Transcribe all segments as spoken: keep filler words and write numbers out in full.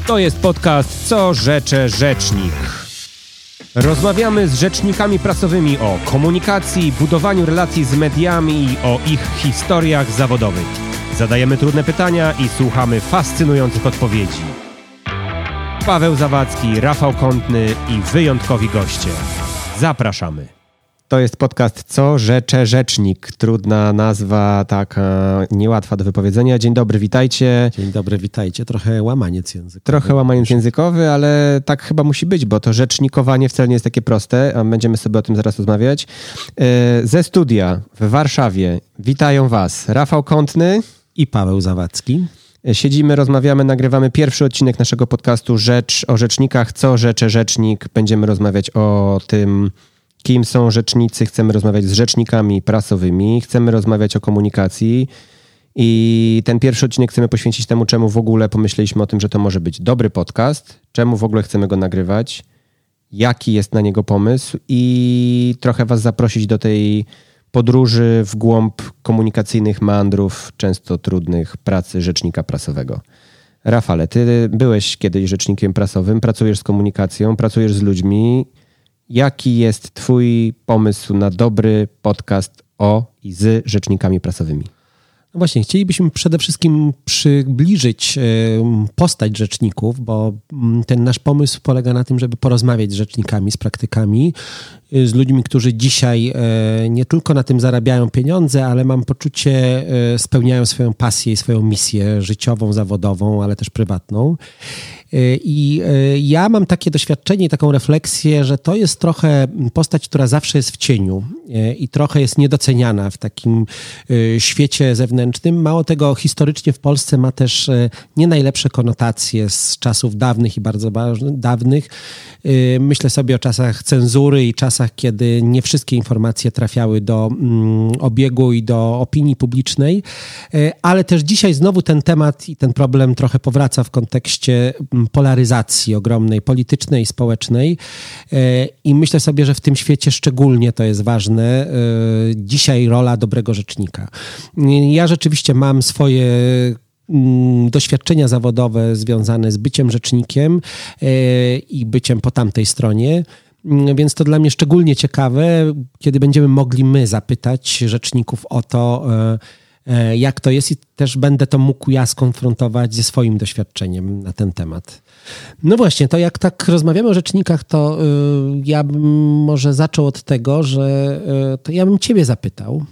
To jest podcast Co rzecze rzecznik. Rozmawiamy z rzecznikami prasowymi o komunikacji, budowaniu relacji z mediami i o ich historiach zawodowych. Zadajemy trudne pytania i słuchamy fascynujących odpowiedzi. Paweł Zawadzki, Rafał Kątny i wyjątkowi goście. Zapraszamy. To jest podcast Co rzecze rzecznik. Trudna nazwa, taka niełatwa do wypowiedzenia. Dzień dobry, witajcie. Dzień dobry, witajcie. Trochę łamaniec językowy. Trochę łamaniec językowy, ale tak chyba musi być, bo to rzecznikowanie wcale nie jest takie proste, a będziemy sobie o tym zaraz rozmawiać. Ze studia w Warszawie witają Was Rafał Kątny i Paweł Zawadzki. Siedzimy, rozmawiamy, nagrywamy pierwszy odcinek naszego podcastu Rzecz o rzecznikach. Co rzecze rzecznik? Będziemy rozmawiać o tym, kim są rzecznicy. Chcemy rozmawiać z rzecznikami prasowymi. Chcemy rozmawiać o komunikacji. I ten pierwszy odcinek chcemy poświęcić temu, czemu w ogóle pomyśleliśmy o tym, że to może być dobry podcast. Czemu w ogóle chcemy go nagrywać. Jaki jest na niego pomysł. I trochę Was zaprosić do tej podróży w głąb komunikacyjnych meandrów, często trudnych, pracy rzecznika prasowego. Rafale, ty byłeś kiedyś rzecznikiem prasowym, pracujesz z komunikacją, pracujesz z ludźmi. Jaki jest twój pomysł na dobry podcast o i z rzecznikami prasowymi? No właśnie, chcielibyśmy przede wszystkim przybliżyć postać rzeczników, bo ten nasz pomysł polega na tym, żeby porozmawiać z rzecznikami, z praktykami, z ludźmi, którzy dzisiaj nie tylko na tym zarabiają pieniądze, ale mam poczucie spełniają swoją pasję i swoją misję życiową, zawodową, ale też prywatną. I ja mam takie doświadczenie i taką refleksję, że to jest trochę postać, która zawsze jest w cieniu i trochę jest niedoceniana w takim świecie zewnętrznym. Mało tego, historycznie w Polsce ma też nie najlepsze konotacje z czasów dawnych i bardzo dawnych. Myślę sobie o czasach cenzury i czasach, kiedy nie wszystkie informacje trafiały do obiegu i do opinii publicznej, ale też dzisiaj znowu ten temat i ten problem trochę powraca w kontekście polaryzacji ogromnej, politycznej i społecznej. I myślę sobie, że w tym świecie szczególnie to jest ważne. Dzisiaj rola dobrego rzecznika. Ja rzeczywiście mam swoje doświadczenia zawodowe związane z byciem rzecznikiem i byciem po tamtej stronie. Więc to dla mnie szczególnie ciekawe, kiedy będziemy mogli my zapytać rzeczników o to, jak to jest i też będę to mógł ja skonfrontować ze swoim doświadczeniem na ten temat. No właśnie, to jak tak rozmawiamy o rzecznikach, to ja bym może zaczął od tego, że to ja bym ciebie zapytał,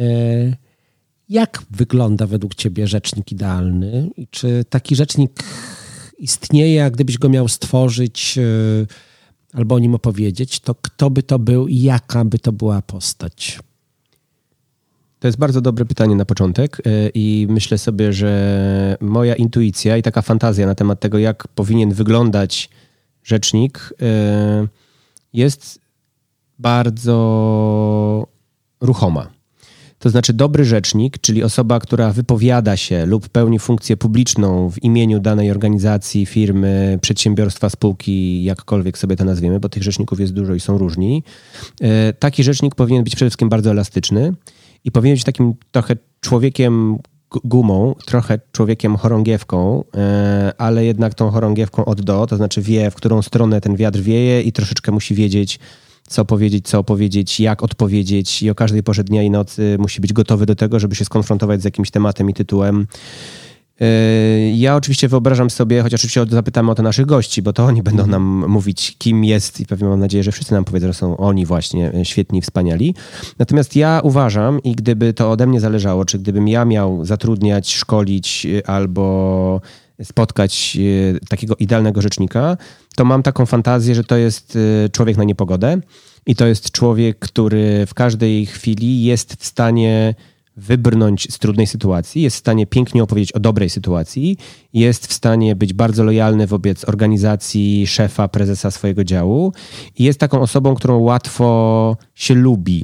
jak wygląda według ciebie rzecznik idealny i czy taki rzecznik istnieje, a gdybyś go miał stworzyć albo o nim opowiedzieć, to kto by to był i jaka by to była postać? To jest bardzo dobre pytanie na początek i myślę sobie, że moja intuicja i taka fantazja na temat tego, jak powinien wyglądać rzecznik, jest bardzo ruchoma. To znaczy dobry rzecznik, czyli osoba, która wypowiada się lub pełni funkcję publiczną w imieniu danej organizacji, firmy, przedsiębiorstwa, spółki, jakkolwiek sobie to nazwiemy, bo tych rzeczników jest dużo i są różni. Taki rzecznik powinien być przede wszystkim bardzo elastyczny i powinien być takim trochę człowiekiem gumą, trochę człowiekiem chorągiewką, ale jednak tą chorągiewką od do, to znaczy wie, w którą stronę ten wiatr wieje i troszeczkę musi wiedzieć, co powiedzieć, co opowiedzieć, jak odpowiedzieć i o każdej porze dnia i nocy musi być gotowy do tego, żeby się skonfrontować z jakimś tematem i tytułem. Ja oczywiście wyobrażam sobie, chociaż oczywiście zapytamy o to naszych gości, bo to oni będą nam mówić, kim jest i pewnie mam nadzieję, że wszyscy nam powiedzą, że są oni właśnie świetni, wspaniali. Natomiast ja uważam i gdyby to ode mnie zależało, czy gdybym ja miał zatrudniać, szkolić albo spotkać takiego idealnego rzecznika, to mam taką fantazję, że to jest człowiek na niepogodę i to jest człowiek, który w każdej chwili jest w stanie wybrnąć z trudnej sytuacji, jest w stanie pięknie opowiedzieć o dobrej sytuacji, jest w stanie być bardzo lojalny wobec organizacji, szefa, prezesa swojego działu i jest taką osobą, którą łatwo się lubi.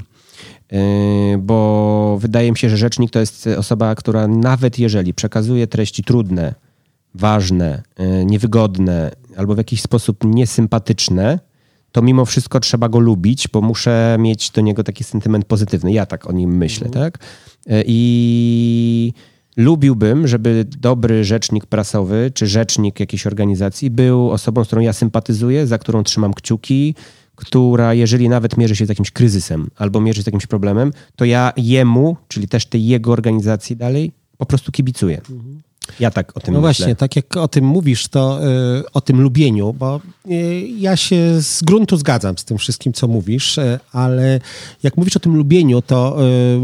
Bo wydaje mi się, że rzecznik to jest osoba, która nawet jeżeli przekazuje treści trudne, ważne, niewygodne albo w jakiś sposób niesympatyczne, to mimo wszystko trzeba go lubić, bo muszę mieć do niego taki sentyment pozytywny. Ja tak o nim myślę, mhm. tak? I lubiłbym, żeby dobry rzecznik prasowy czy rzecznik jakiejś organizacji był osobą, z którą ja sympatyzuję, za którą trzymam kciuki, która jeżeli nawet mierzy się z jakimś kryzysem albo mierzy się z jakimś problemem, to ja jemu, czyli też tej jego organizacji dalej, po prostu kibicuję. Mhm. Ja tak o tym no myślę. No właśnie, tak jak o tym mówisz, to y, o tym lubieniu, bo y, ja się z gruntu zgadzam z tym wszystkim, co mówisz, y, ale jak mówisz o tym lubieniu, to y,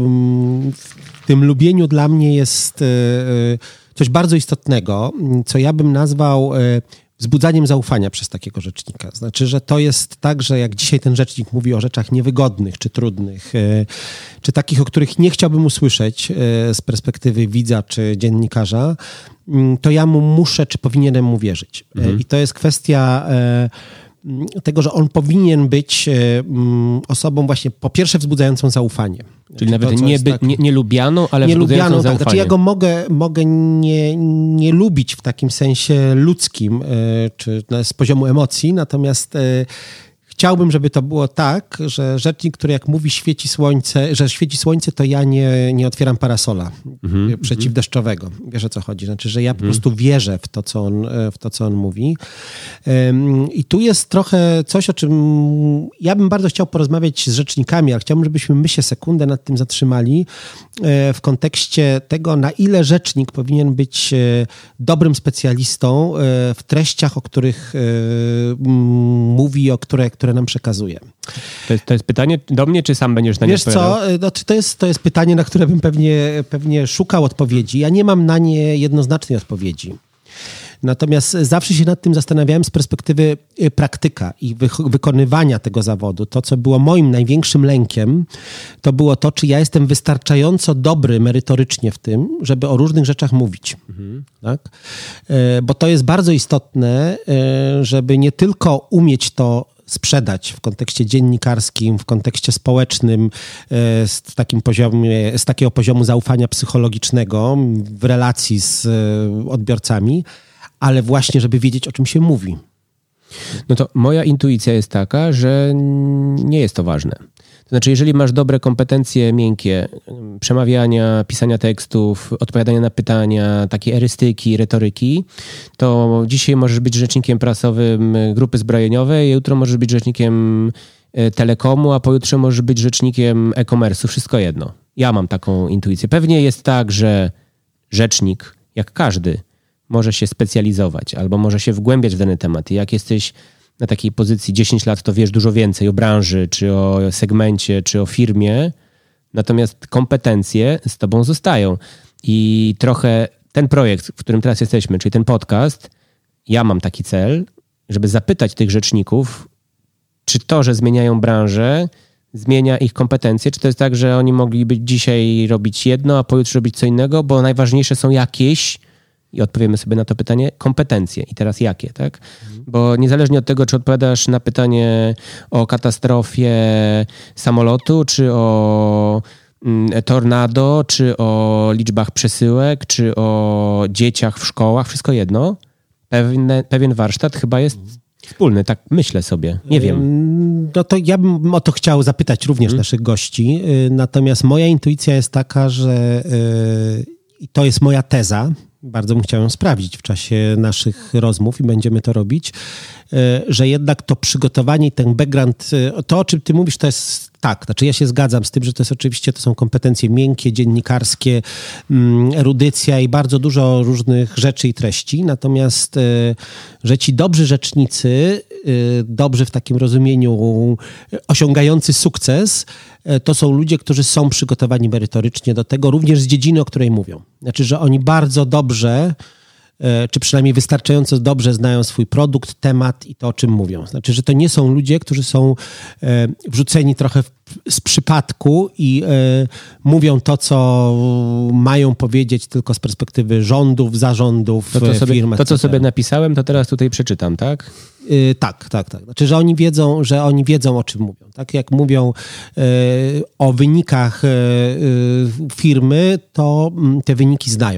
w tym lubieniu dla mnie jest y, coś bardzo istotnego, co ja bym nazwał y, wzbudzaniem zaufania przez takiego rzecznika. Znaczy, że to jest tak, że jak dzisiaj ten rzecznik mówi o rzeczach niewygodnych czy trudnych, czy takich, o których nie chciałbym usłyszeć z perspektywy widza czy dziennikarza, to ja mu muszę, czy powinienem mu wierzyć. Mhm. I to jest kwestia tego, że on powinien być osobą właśnie po pierwsze wzbudzającą zaufanie. Czyli nawet to, nie, by, tak, nie, nie lubianą, ale nie wzbudzającą lubianą, zaufanie. Tak, znaczy ja go mogę, mogę nie, nie lubić w takim sensie ludzkim, czy z poziomu emocji, natomiast chciałbym, żeby to było tak, że rzecznik, który jak mówi świeci słońce, że świeci słońce, to ja nie, nie otwieram parasola mm-hmm. przeciwdeszczowego. Wiesz, o co chodzi? Znaczy, że ja mm-hmm. po prostu wierzę w to, co on, w to, co on mówi. Um, I tu jest trochę coś, o czym ja bym bardzo chciał porozmawiać z rzecznikami, ale chciałbym, żebyśmy my się sekundę nad tym zatrzymali e, w kontekście tego, na ile rzecznik powinien być e, dobrym specjalistą e, w treściach, o których e, m, mówi, o które które nam przekazuje. To jest, to jest pytanie do mnie, czy sam będziesz na nie Wiesz co, no, to, jest, to jest pytanie, na które bym pewnie, pewnie szukał odpowiedzi. Ja nie mam na nie jednoznacznej odpowiedzi. Natomiast zawsze się nad tym zastanawiałem z perspektywy praktyka i wy- wykonywania tego zawodu. To, co było moim największym lękiem, to było to, czy ja jestem wystarczająco dobry merytorycznie w tym, żeby o różnych rzeczach mówić. Mhm. Tak? Bo to jest bardzo istotne, żeby nie tylko umieć to sprzedać w kontekście dziennikarskim, w kontekście społecznym, z, takim poziomie, z takiego poziomu zaufania psychologicznego w relacji z odbiorcami, ale właśnie, żeby wiedzieć, o czym się mówi. No to moja intuicja jest taka, że nie jest to ważne. To znaczy, jeżeli masz dobre kompetencje miękkie, przemawiania, pisania tekstów, odpowiadania na pytania, takie erystyki, retoryki, to dzisiaj możesz być rzecznikiem prasowym grupy zbrojeniowej, jutro możesz być rzecznikiem telekomu, a pojutrze możesz być rzecznikiem e-commerce'u. Wszystko jedno. Ja mam taką intuicję. Pewnie jest tak, że rzecznik, jak każdy, może się specjalizować albo może się wgłębiać w dany temat. I jak jesteś na takiej pozycji dziesięć lat, to wiesz dużo więcej o branży, czy o segmencie, czy o firmie, natomiast kompetencje z tobą zostają. I trochę ten projekt, w którym teraz jesteśmy, czyli ten podcast, ja mam taki cel, żeby zapytać tych rzeczników, czy to, że zmieniają branżę, zmienia ich kompetencje, czy to jest tak, że oni mogliby dzisiaj robić jedno, a pojutrze robić co innego, bo najważniejsze są jakieś, i odpowiemy sobie na to pytanie, kompetencje. I teraz jakie, tak? Mhm. Bo niezależnie od tego, czy odpowiadasz na pytanie o katastrofie samolotu, czy o mm, tornado, czy o liczbach przesyłek, czy o dzieciach w szkołach, wszystko jedno, pewne, pewien warsztat chyba jest mhm. wspólny, tak myślę sobie. Nie wiem. No to ja bym o to chciał zapytać również hmm. naszych gości. Natomiast moja intuicja jest taka, że i to jest moja teza, bardzo bym chciał ją sprawdzić w czasie naszych rozmów i będziemy to robić, że jednak to przygotowanie i ten background, to o czym ty mówisz, to jest tak, znaczy ja się zgadzam z tym, że to jest oczywiście, to są kompetencje miękkie, dziennikarskie, erudycja i bardzo dużo różnych rzeczy i treści, natomiast że ci dobrzy rzecznicy, dobrzy w takim rozumieniu osiągający sukces, to są ludzie, którzy są przygotowani merytorycznie do tego, również z dziedziny, o której mówią. Znaczy, że oni bardzo dobrze, czy przynajmniej wystarczająco dobrze znają swój produkt, temat i to, o czym mówią. Znaczy, że to nie są ludzie, którzy są wrzuceni trochę z przypadku i mówią to, co mają powiedzieć tylko z perspektywy rządów, zarządów, to, to sobie, firm. To, co sobie napisałem, to teraz tutaj przeczytam, tak? Yy, tak, tak, tak. Znaczy, że oni wiedzą, że oni wiedzą, o czym mówią. Tak jak mówią yy, o wynikach yy, firmy, to yy, te wyniki znają.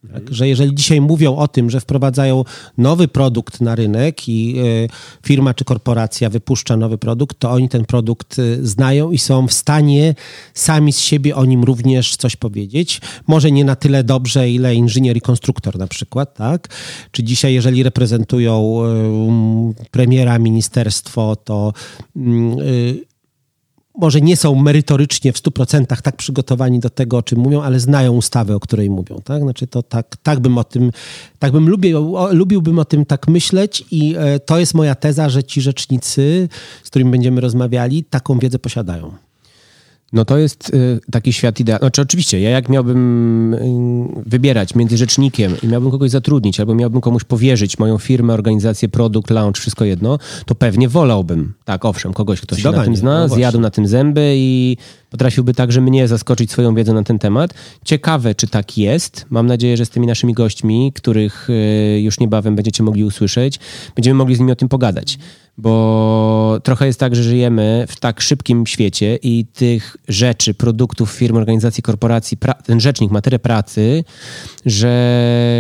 Tak? Że jeżeli dzisiaj mówią o tym, że wprowadzają nowy produkt na rynek i y, firma czy korporacja wypuszcza nowy produkt, to oni ten produkt y, znają i są w stanie sami z siebie o nim również coś powiedzieć. Może nie na tyle dobrze, ile inżynier i konstruktor na przykład, tak? Czy dzisiaj, jeżeli reprezentują y, premiera, ministerstwo, to y, może nie są merytorycznie w stu procentach tak przygotowani do tego, o czym mówią, ale znają ustawę, o której mówią. Tak? Znaczy to tak, tak bym o tym, tak bym lubił, o, lubiłbym o tym tak myśleć i e, to jest moja teza, że ci rzecznicy, z którymi będziemy rozmawiali, taką wiedzę posiadają. No to jest y, taki świat idealny. Znaczy oczywiście, ja jak miałbym y, wybierać między rzecznikiem i miałbym kogoś zatrudnić, albo miałbym komuś powierzyć moją firmę, organizację, produkt, launch, wszystko jedno, to pewnie wolałbym, tak owszem, kogoś, kto się na tym zna, no zjadł na tym zęby i potrafiłby także mnie zaskoczyć swoją wiedzą na ten temat. Ciekawe, czy tak jest. Mam nadzieję, że z tymi naszymi gośćmi, których y, już niebawem będziecie mogli usłyszeć, będziemy mogli z nimi o tym pogadać. Bo trochę jest tak, że żyjemy w tak szybkim świecie i tych rzeczy, produktów, firm, organizacji, korporacji, pra- ten rzecznik ma tyle pracy, że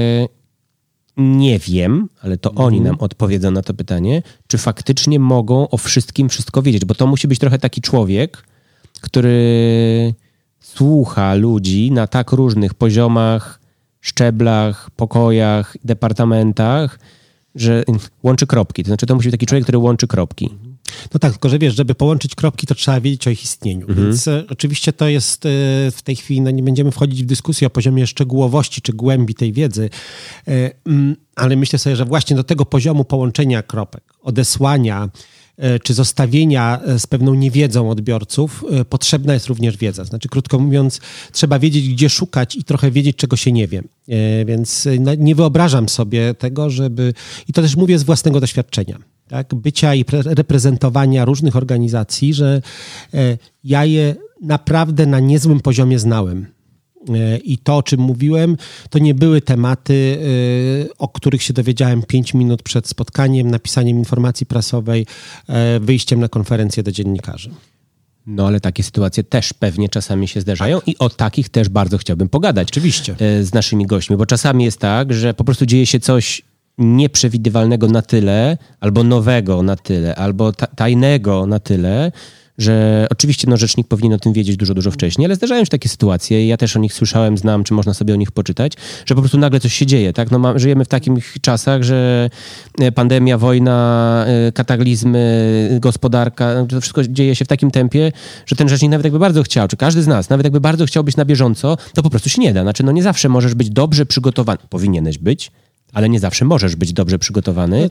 nie wiem, ale to oni nam odpowiedzą na to pytanie, czy faktycznie mogą o wszystkim wszystko wiedzieć, bo to musi być trochę taki człowiek, który słucha ludzi na tak różnych poziomach, szczeblach, pokojach, departamentach, że łączy kropki. To znaczy to musi być taki człowiek, który łączy kropki. No tak, tylko że wiesz, żeby połączyć kropki, to trzeba wiedzieć o ich istnieniu. Mhm. Więc e, oczywiście to jest e, w tej chwili, no nie będziemy wchodzić w dyskusję o poziomie szczegółowości czy głębi tej wiedzy, e, mm, ale myślę sobie, że właśnie do tego poziomu połączenia kropek, odesłania e, czy zostawienia z pewną niewiedzą odbiorców, e, potrzebna jest również wiedza. Znaczy, krótko mówiąc, trzeba wiedzieć, gdzie szukać i trochę wiedzieć, czego się nie wie. E, więc no, nie wyobrażam sobie tego, żeby... I to też mówię z własnego doświadczenia. Tak, bycia i reprezentowania różnych organizacji, że e, ja je naprawdę na niezłym poziomie znałem. E, I to, o czym mówiłem, to nie były tematy, e, o których się dowiedziałem pięć minut przed spotkaniem, napisaniem informacji prasowej, e, wyjściem na konferencję do dziennikarzy. No ale takie sytuacje też pewnie czasami się zdarzają i o takich też bardzo chciałbym pogadać. Oczywiście. E, z naszymi gośćmi, bo czasami jest tak, że po prostu dzieje się coś nieprzewidywalnego na tyle, albo nowego na tyle, albo ta- tajnego na tyle, że oczywiście no, rzecznik powinien o tym wiedzieć dużo, dużo wcześniej, ale zdarzają się takie sytuacje i ja też o nich słyszałem, znam, czy można sobie o nich poczytać, że po prostu nagle coś się dzieje, tak? No, ma, żyjemy w takich czasach, że pandemia, wojna, kataklizmy, gospodarka, to wszystko dzieje się w takim tempie, że ten rzecznik nawet jakby bardzo chciał, czy każdy z nas nawet jakby bardzo chciał być na bieżąco, to po prostu się nie da. Znaczy, no nie zawsze możesz być dobrze przygotowany. Powinieneś być, ale nie zawsze możesz być dobrze przygotowany.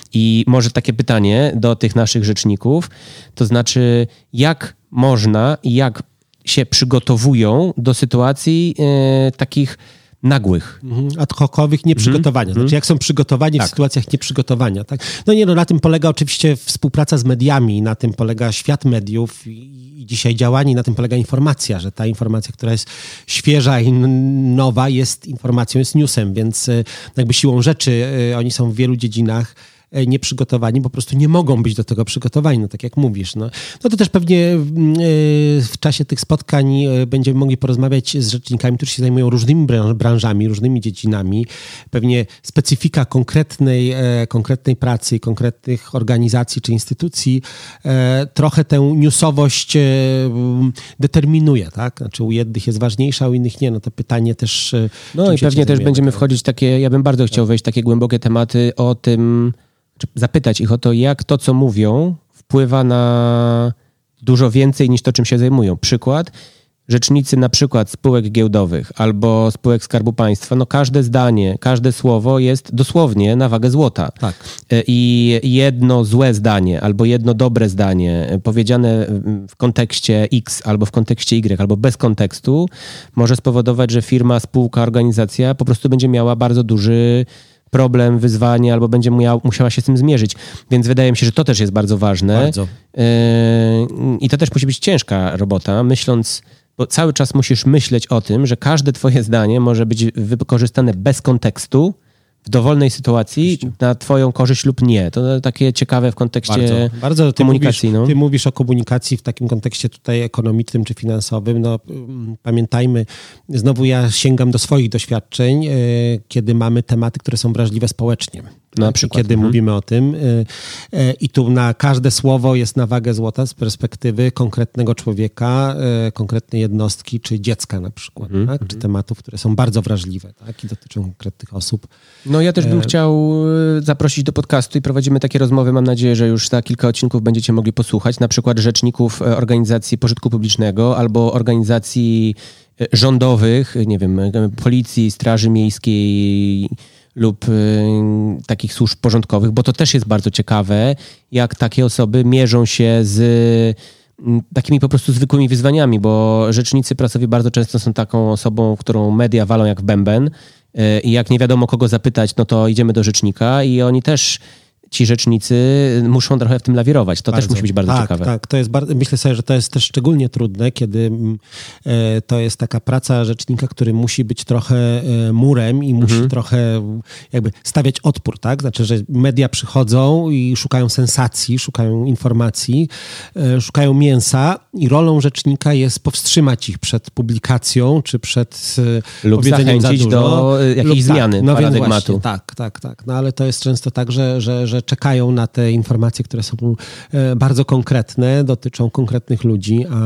I może takie pytanie do tych naszych rzeczników, to znaczy jak można i jak się przygotowują do sytuacji e, takich nagłych. Mhm. Ad hocowych nieprzygotowania. Mhm. Znaczy jak są przygotowani tak. w sytuacjach nieprzygotowania. Tak? No nie, no na tym polega oczywiście współpraca z mediami, na tym polega świat mediów i, i dzisiaj działanie, na tym polega informacja, że ta informacja, która jest świeża i nowa jest informacją, jest newsem, więc jakby siłą rzeczy oni są w wielu dziedzinach nieprzygotowani, po prostu nie mogą być do tego przygotowani, no tak jak mówisz. No, no to też pewnie w czasie tych spotkań będziemy mogli porozmawiać z rzecznikami, którzy się zajmują różnymi branżami, różnymi dziedzinami. Pewnie specyfika konkretnej, konkretnej pracy, konkretnych organizacji czy instytucji trochę tę newsowość determinuje, tak? Znaczy u jednych jest ważniejsza, u innych nie. No to pytanie też... No i pewnie też będziemy wchodzić w takie, ja bym bardzo chciał wejść w takie głębokie tematy o tym, zapytać ich o to, jak to, co mówią, wpływa na dużo więcej niż to, czym się zajmują. Przykład, rzecznicy na przykład spółek giełdowych albo spółek Skarbu Państwa, no każde zdanie, każde słowo jest dosłownie na wagę złota. Tak. I jedno złe zdanie albo jedno dobre zdanie powiedziane w kontekście X albo w kontekście Y albo bez kontekstu może spowodować, że firma, spółka, organizacja po prostu będzie miała bardzo duży problem, wyzwanie, albo będzie miał, musiała się z tym zmierzyć. Więc wydaje mi się, że to też jest bardzo ważne. Bardzo. Yy, I to też musi być ciężka robota, myśląc, bo cały czas musisz myśleć o tym, że każde twoje zdanie może być wykorzystane bez kontekstu, w dowolnej sytuacji na twoją korzyść lub nie. To takie ciekawe w kontekście bardzo, bardzo ty komunikacji. Mówisz, no. Ty mówisz o komunikacji w takim kontekście tutaj ekonomicznym czy finansowym. No, pamiętajmy, znowu ja sięgam do swoich doświadczeń, yy, kiedy mamy tematy, które są wrażliwe społecznie. Na tak? przykład. Kiedy mhm. mówimy o tym yy, yy, i tu na każde słowo jest na wagę złota z perspektywy konkretnego człowieka, yy, konkretnej jednostki czy dziecka na przykład, mhm. tak? Czy tematów, które są bardzo wrażliwe, tak? I dotyczą konkretnych osób. No ja też bym e... chciał zaprosić do podcastu i prowadzimy takie rozmowy. Mam nadzieję, że już za kilka odcinków będziecie mogli posłuchać. Na przykład rzeczników organizacji pożytku publicznego albo organizacji rządowych, nie wiem, policji, straży miejskiej lub takich służb porządkowych, bo to też jest bardzo ciekawe, jak takie osoby mierzą się z takimi po prostu zwykłymi wyzwaniami, bo rzecznicy prasowi bardzo często są taką osobą, którą media walą jak w bęben i jak nie wiadomo kogo zapytać, no to idziemy do rzecznika i oni też, ci rzecznicy muszą trochę w tym lawirować. To bardzo, też musi być bardzo tak, ciekawe. Tak, to jest bardzo, myślę sobie, że to jest też szczególnie trudne, kiedy e, to jest taka praca rzecznika, który musi być trochę e, murem i musi mhm. trochę jakby stawiać odpór, tak? Znaczy, że media przychodzą i szukają sensacji, szukają informacji, e, szukają mięsa i rolą rzecznika jest powstrzymać ich przed publikacją, czy przed e, lub powiedzeniem zachęcić za dużo. do jakiejś lub, zmiany tak, no paradygmatu. Właśnie, tak, tak, tak. No ale to jest często tak, że, że, że czekają na te informacje, które są bardzo konkretne, dotyczą konkretnych ludzi, a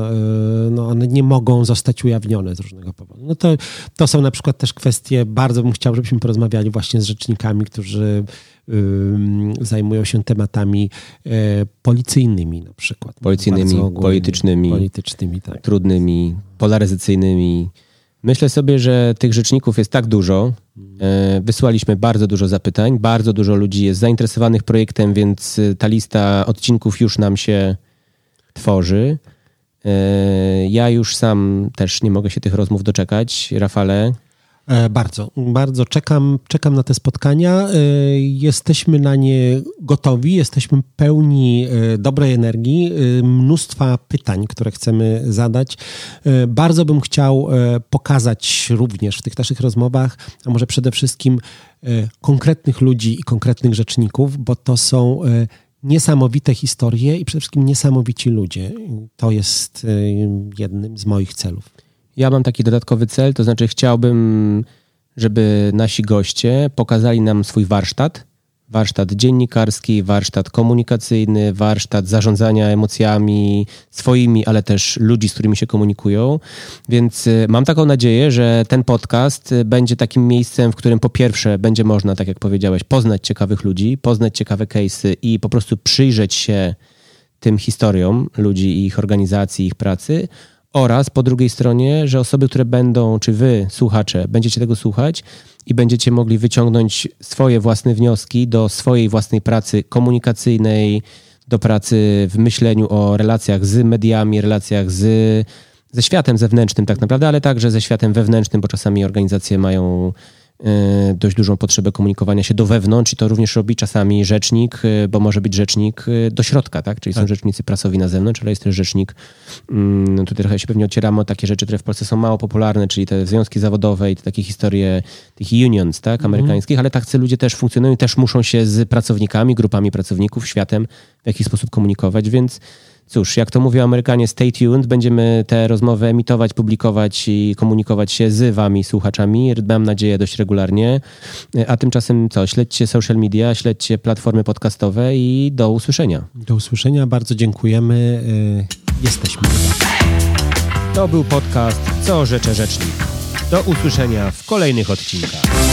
no, one nie mogą zostać ujawnione z różnego powodu. No to, to są na przykład też kwestie, bardzo bym chciał, żebyśmy porozmawiali właśnie z rzecznikami, którzy y, zajmują się tematami y, policyjnymi na przykład. Policyjnymi, politycznymi, politycznymi tak. trudnymi, polaryzacyjnymi. Myślę sobie, że tych rzeczników jest tak dużo. Wysłaliśmy bardzo dużo zapytań, bardzo dużo ludzi jest zainteresowanych projektem, więc ta lista odcinków już nam się tworzy. Ja już sam też nie mogę się tych rozmów doczekać. Rafale? Bardzo, bardzo czekam, czekam na te spotkania. Jesteśmy na nie gotowi, jesteśmy pełni dobrej energii, mnóstwa pytań, które chcemy zadać. Bardzo bym chciał pokazać również w tych naszych rozmowach, a może przede wszystkim konkretnych ludzi i konkretnych rzeczników, bo to są niesamowite historie i przede wszystkim niesamowici ludzie. To jest jednym z moich celów. Ja mam taki dodatkowy cel, to znaczy chciałbym, żeby nasi goście pokazali nam swój warsztat. Warsztat dziennikarski, warsztat komunikacyjny, warsztat zarządzania emocjami swoimi, ale też ludzi, z którymi się komunikują. Więc mam taką nadzieję, że ten podcast będzie takim miejscem, w którym po pierwsze będzie można, tak jak powiedziałeś, poznać ciekawych ludzi, poznać ciekawe case'y i po prostu przyjrzeć się tym historiom ludzi i ich organizacji, ich pracy. Oraz po drugiej stronie, że osoby, które będą, czy wy, słuchacze, będziecie tego słuchać i będziecie mogli wyciągnąć swoje własne wnioski do swojej własnej pracy komunikacyjnej, do pracy w myśleniu o relacjach z mediami, relacjach z, ze światem zewnętrznym tak naprawdę, ale także ze światem wewnętrznym, bo czasami organizacje mają dość dużą potrzebę komunikowania się do wewnątrz i to również robi czasami rzecznik, bo może być rzecznik do środka, tak? Czyli tak. Są rzecznicy prasowi na zewnątrz, ale jest też rzecznik, no tutaj trochę się pewnie ocieramy o takie rzeczy, które w Polsce są mało popularne, czyli te związki zawodowe i te takie historie tych unions, tak? Amerykańskich, mm. ale tacy ludzie też funkcjonują i też muszą się z pracownikami, grupami pracowników, światem w jakiś sposób komunikować, więc cóż, jak to mówią Amerykanie, stay tuned, będziemy te rozmowy emitować, publikować i komunikować się z wami, słuchaczami, mam nadzieję dość regularnie, a tymczasem co, śledźcie social media, śledźcie platformy podcastowe i do usłyszenia. Do usłyszenia, bardzo dziękujemy, jesteśmy. To był podcast Co rzecze rzecznik. Do usłyszenia w kolejnych odcinkach.